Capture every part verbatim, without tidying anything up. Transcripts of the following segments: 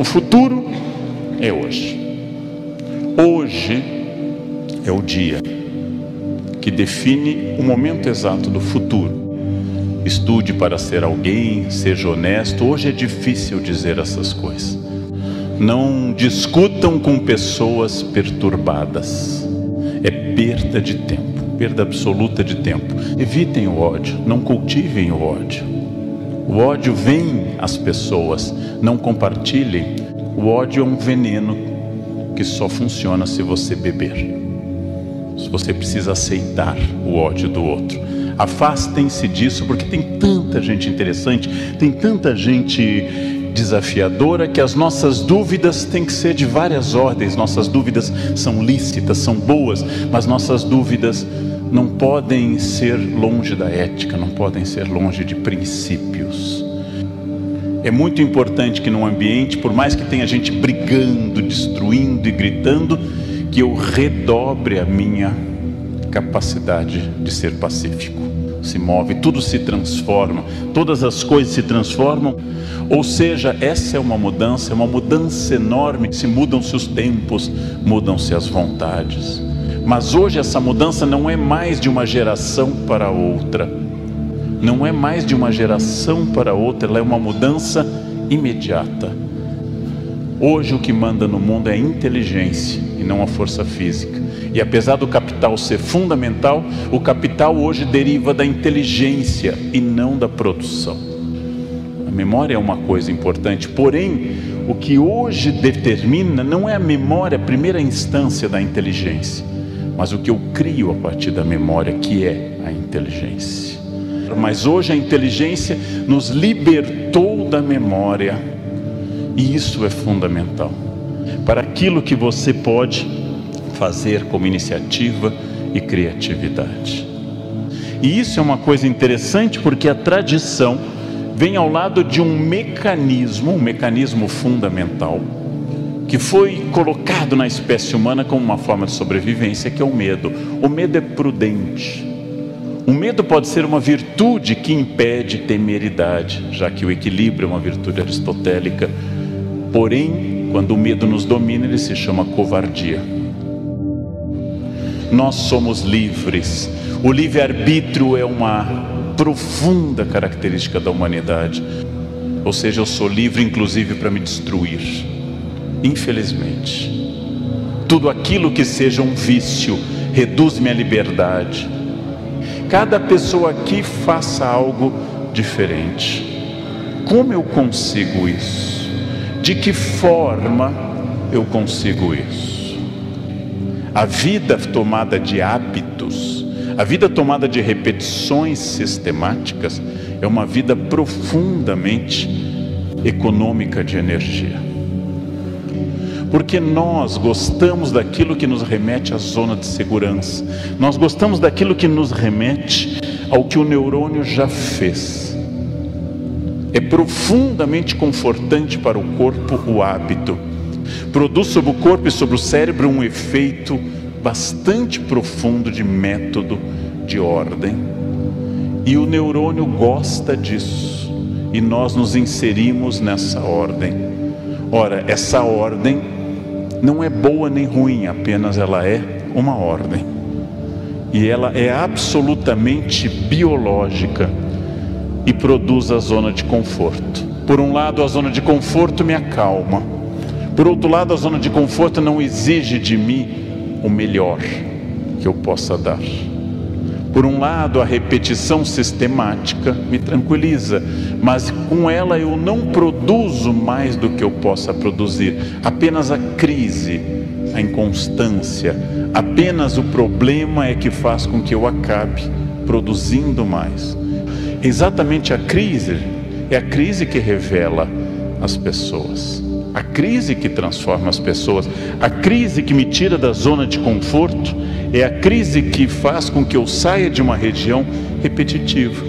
O futuro é hoje. Hoje é o dia que define o momento exato do futuro. Estude para ser alguém, seja honesto. Hoje é difícil dizer essas coisas. Não discutam com pessoas perturbadas. É perda de tempo, perda absoluta de tempo. Evitem o ódio, não cultivem o ódio. O ódio vem às pessoas, não compartilhem. O ódio é um veneno que só funciona se você beber. Se você precisa aceitar o ódio do outro. Afastem-se disso, porque tem tanta gente interessante, tem tanta gente desafiadora, que as nossas dúvidas têm que ser de várias ordens. Nossas dúvidas são lícitas, são boas, mas nossas dúvidas não podem ser longe da ética, não podem ser longe de princípios. É muito importante que num ambiente, por mais que tenha gente brigando, destruindo e gritando, que eu redobre a minha capacidade de ser pacífico. Se move, tudo se transforma, todas as coisas se transformam. Ou seja, essa é uma mudança, é uma mudança enorme. Se mudam-se os tempos, mudam-se as vontades. Mas hoje essa mudança não é mais de uma geração para outra. Não é mais de uma geração para outra, ela é uma mudança imediata. Hoje o que manda no mundo é a inteligência e não a força física. E apesar do capital ser fundamental, o capital hoje deriva da inteligência e não da produção. A memória é uma coisa importante, porém, o que hoje determina não é a memória, a primeira instância da inteligência, mas o que eu crio a partir da memória, que é a inteligência. Mas hoje a inteligência nos libertou da memória, e isso é fundamental para aquilo que você pode fazer como iniciativa e criatividade. E isso é uma coisa interessante, porque a tradição vem ao lado de um mecanismo, um mecanismo fundamental, que foi colocado na espécie humana como uma forma de sobrevivência, que é o medo. O medo é prudente. O medo pode ser uma virtude que impede temeridade, já que o equilíbrio é uma virtude aristotélica. Porém, quando o medo nos domina, ele se chama covardia. Nós somos livres. O livre-arbítrio é uma profunda característica da humanidade. Ou seja, eu sou livre inclusive para me destruir. Infelizmente, tudo aquilo que seja um vício reduz minha liberdade. Cada pessoa aqui faça algo diferente. Como eu consigo isso? De que forma eu consigo isso? A vida tomada de hábitos, a vida tomada de repetições sistemáticas, é uma vida profundamente econômica de energia. Porque nós gostamos daquilo que nos remete à zona de segurança. Nós gostamos daquilo que nos remete ao que o neurônio já fez. É profundamente confortante para o corpo o hábito. Produz sobre o corpo e sobre o cérebro um efeito bastante profundo de método, de ordem. E o neurônio gosta disso. E nós nos inserimos nessa ordem. Ora, essa ordem não é boa nem ruim, apenas ela é uma ordem. E ela é absolutamente biológica e produz a zona de conforto. Por um lado, a zona de conforto me acalma. Por outro lado, a zona de conforto não exige de mim o melhor que eu possa dar. Por um lado, a repetição sistemática me tranquiliza, mas com ela eu não produzo mais do que eu possa produzir. Apenas a crise, a inconstância, apenas o problema é que faz com que eu acabe produzindo mais. Exatamente a crise, é a crise que revela as pessoas. A crise que transforma as pessoas, a crise que me tira da zona de conforto, é a crise que faz com que eu saia de uma região repetitiva.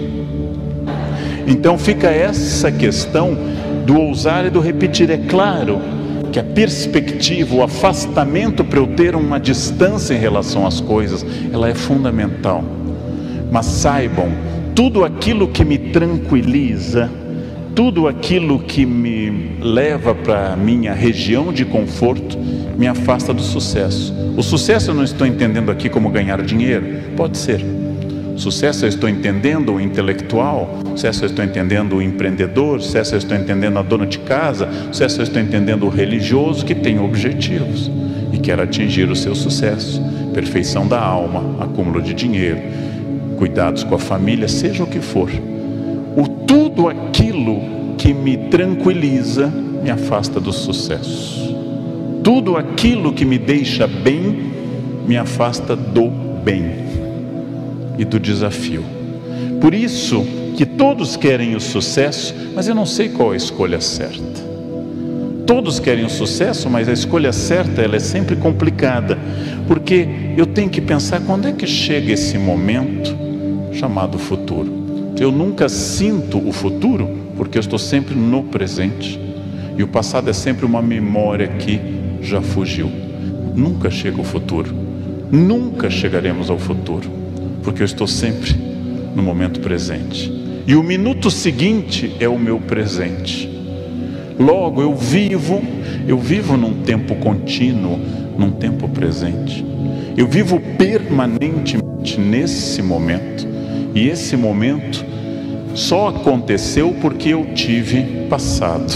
Então fica essa questão do ousar e do repetir. É claro que a perspectiva, o afastamento para eu ter uma distância em relação às coisas, ela é fundamental. Mas saibam, tudo aquilo que me tranquiliza tudo aquilo que me leva para a minha região de conforto me afasta do sucesso. O sucesso eu não estou entendendo aqui como ganhar dinheiro, pode ser. O sucesso eu estou entendendo o intelectual, o sucesso eu estou entendendo o empreendedor, o sucesso eu estou entendendo a dona de casa, o sucesso eu estou entendendo o religioso que tem objetivos e quer atingir o seu sucesso, perfeição da alma, acúmulo de dinheiro, cuidados com a família, seja o que for. O tudo aquilo que me tranquiliza me afasta do sucesso. Tudo aquilo que me deixa bem me afasta do bem e do desafio. Por isso que todos querem o sucesso, mas eu não sei qual a escolha certa. Todos querem o sucesso, mas a escolha certa ela é sempre complicada, porque eu tenho que pensar quando é que chega esse momento chamado futuro. Eu nunca sinto o futuro porque eu estou sempre no presente, e o passado é sempre uma memória que já fugiu. Nunca chega o futuro, nunca chegaremos ao futuro, porque eu estou sempre no momento presente, e o minuto seguinte é o meu presente. Logo eu vivo, eu vivo num tempo contínuo, num tempo presente. Eu vivo permanentemente nesse momento, e esse momento só aconteceu porque eu tive passado.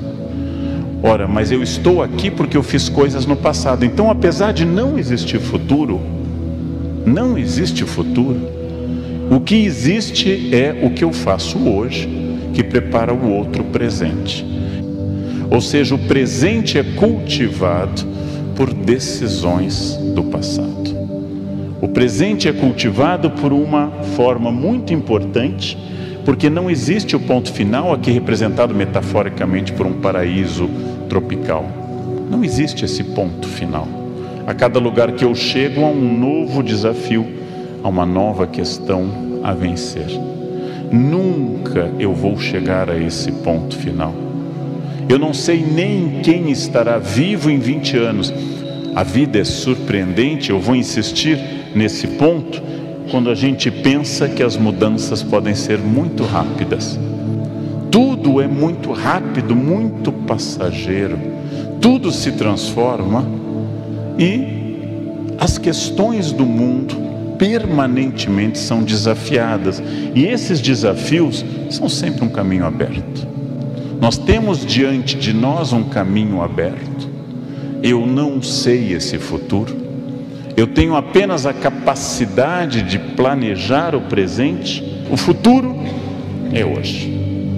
Ora, mas eu estou aqui porque eu fiz coisas no passado. Então, apesar de não existir futuro, não existe futuro. O que existe é o que eu faço hoje, que prepara o outro presente. Ou seja, o presente é cultivado por decisões do passado. O presente é cultivado por uma forma muito importante, porque não existe o ponto final, aqui representado metaforicamente por um paraíso tropical. Não existe esse ponto final. A cada lugar que eu chego há um novo desafio, há uma nova questão a vencer. Nunca eu vou chegar a esse ponto final. Eu não sei nem quem estará vivo em vinte anos. A vida é surpreendente, eu vou insistir nesse ponto, quando a gente pensa que as mudanças podem ser muito rápidas. Tudo é muito rápido, muito passageiro. Tudo se transforma e as questões do mundo permanentemente são desafiadas. E esses desafios são sempre um caminho aberto. Nós temos diante de nós um caminho aberto. Eu não sei esse futuro. Eu tenho apenas a capacidade de planejar o presente. O futuro é hoje.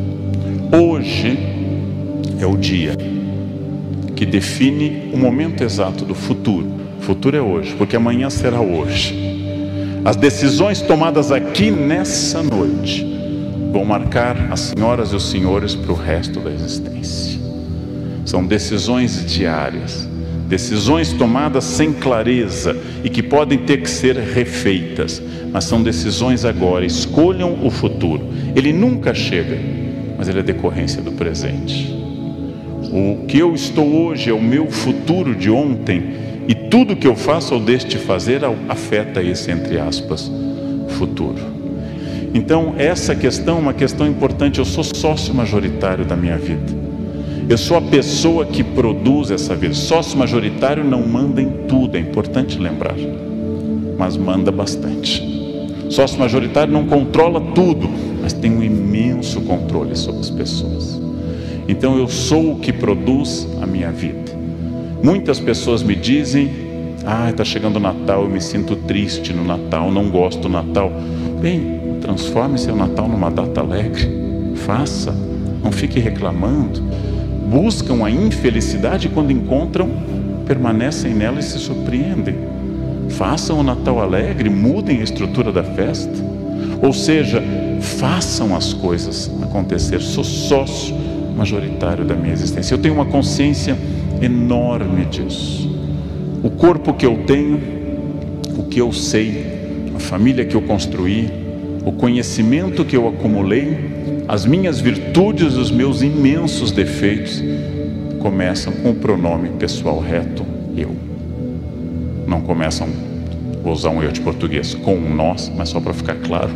Hoje é o dia que define o momento exato do futuro. O futuro é hoje, porque amanhã será hoje. As decisões tomadas aqui nessa noite vão marcar as senhoras e os senhores para o resto da existência. São decisões diárias, decisões tomadas sem clareza e que podem ter que ser refeitas, mas são decisões agora. Escolham o futuro. Ele nunca chega, mas ele é decorrência do presente. O que eu estou hoje é o meu futuro de ontem, e tudo que eu faço ou deixo de fazer afeta esse, entre aspas, futuro. Então essa questão é uma questão importante. Eu sou sócio majoritário da minha vida. Eu sou a pessoa que produz essa vida. Sócio majoritário não manda em tudo, é importante lembrar, mas manda bastante. Sócio majoritário não controla tudo, mas tem um imenso controle sobre as pessoas. Então eu sou o que produz a minha vida. Muitas pessoas me dizem: ah, está chegando o Natal, eu me sinto triste no Natal, não gosto do Natal. Bem, transforme seu Natal numa data alegre. Faça, não fique reclamando. Buscam a infelicidade e quando encontram, permanecem nela e se surpreendem. Façam o Natal alegre, mudem a estrutura da festa. Ou seja, façam as coisas acontecer. Sou sócio majoritário da minha existência. Eu tenho uma consciência enorme disso. O corpo que eu tenho, o que eu sei, a família que eu construí, o conhecimento que eu acumulei, as minhas virtudes, os meus imensos defeitos, começam com o pronome pessoal reto, eu. Não começam, vou usar um eu de português, com nós, mas só para ficar claro,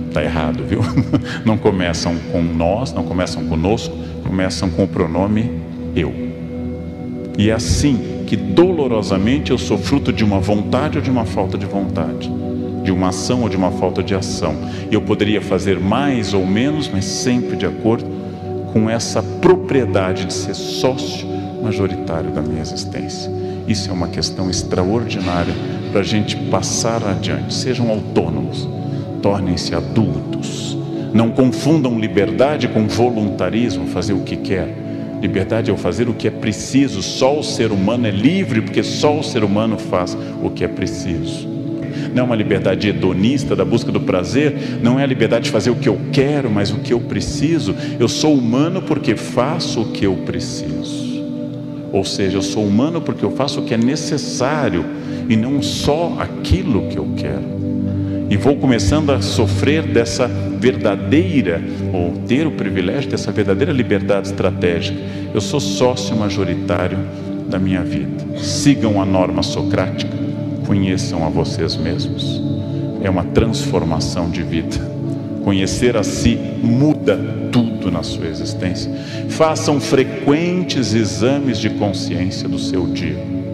Está errado, viu? Não começam com nós, não começam conosco, começam com o pronome eu. E é assim que dolorosamente eu sou fruto de uma vontade ou de uma falta de vontade, de uma ação ou de uma falta de ação. Eu poderia fazer mais ou menos, mas sempre de acordo com essa propriedade de ser sócio majoritário da minha existência. Isso é uma questão extraordinária para a gente passar adiante. Sejam autônomos, tornem-se adultos. Não confundam liberdade com voluntarismo, fazer o que quer. Liberdade é o fazer o que é preciso. Só o ser humano é livre, porque só o ser humano faz o que é preciso. Não é uma liberdade hedonista da busca do prazer, não é a liberdade de fazer o que eu quero, mas o que eu preciso. Eu sou humano porque faço o que eu preciso. Ou seja, eu sou humano porque eu faço o que é necessário e não só aquilo que eu quero. E vou começando a sofrer dessa verdadeira, ou ter o privilégio dessa verdadeira liberdade estratégica. Eu sou sócio majoritário da minha vida. Sigam a norma socrática, conheçam a vocês mesmos. É uma transformação de vida. Conhecer a si muda tudo na sua existência. Façam frequentes exames de consciência do seu dia.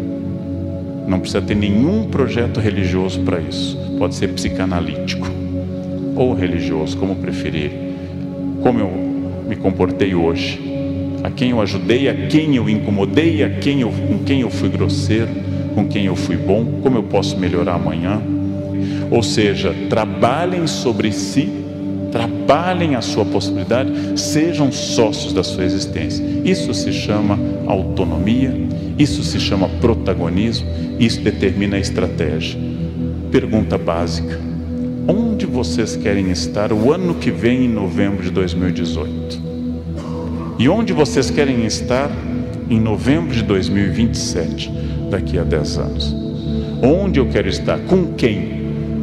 Não precisa ter nenhum projeto religioso para isso. Pode ser psicanalítico ou religioso, como preferir. Como eu me comportei hoje, a quem eu ajudei, a quem eu incomodei, a quem eu, com quem eu fui grosseiro, com quem eu fui bom, como eu posso melhorar amanhã. Ou seja, trabalhem sobre si, trabalhem a sua possibilidade, sejam sócios da sua existência. Isso se chama autonomia, isso se chama protagonismo, isso determina a estratégia. Pergunta básica: onde vocês querem estar o ano que vem, em novembro de dois mil e dezoito? E onde vocês querem estar em novembro de dois mil e vinte e sete, daqui a dez anos? Onde eu quero estar? Com quem?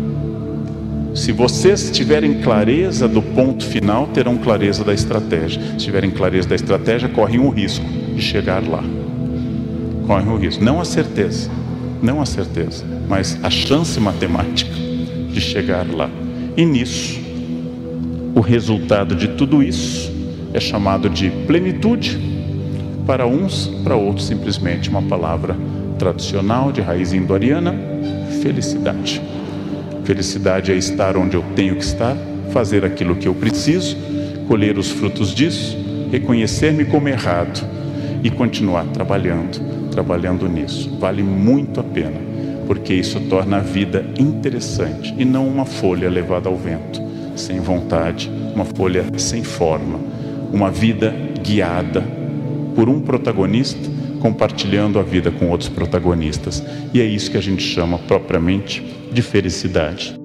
Se vocês tiverem clareza do ponto final, terão clareza da estratégia. Se tiverem clareza da estratégia, correm o risco de chegar lá. Correm o risco, não a certeza, não a certeza, mas a chance matemática de chegar lá. E nisso, o resultado de tudo isso é chamado de plenitude. Para uns, para outros, simplesmente uma palavra tradicional de raiz indo-ariana: felicidade. Felicidade é estar onde eu tenho que estar, fazer aquilo que eu preciso, colher os frutos disso, reconhecer-me como errado e continuar trabalhando, trabalhando nisso. Vale muito a pena, porque isso torna a vida interessante e não uma folha levada ao vento, sem vontade, uma folha sem forma, uma vida guiada por um protagonista, compartilhando a vida com outros protagonistas. E é isso que a gente chama propriamente de felicidade.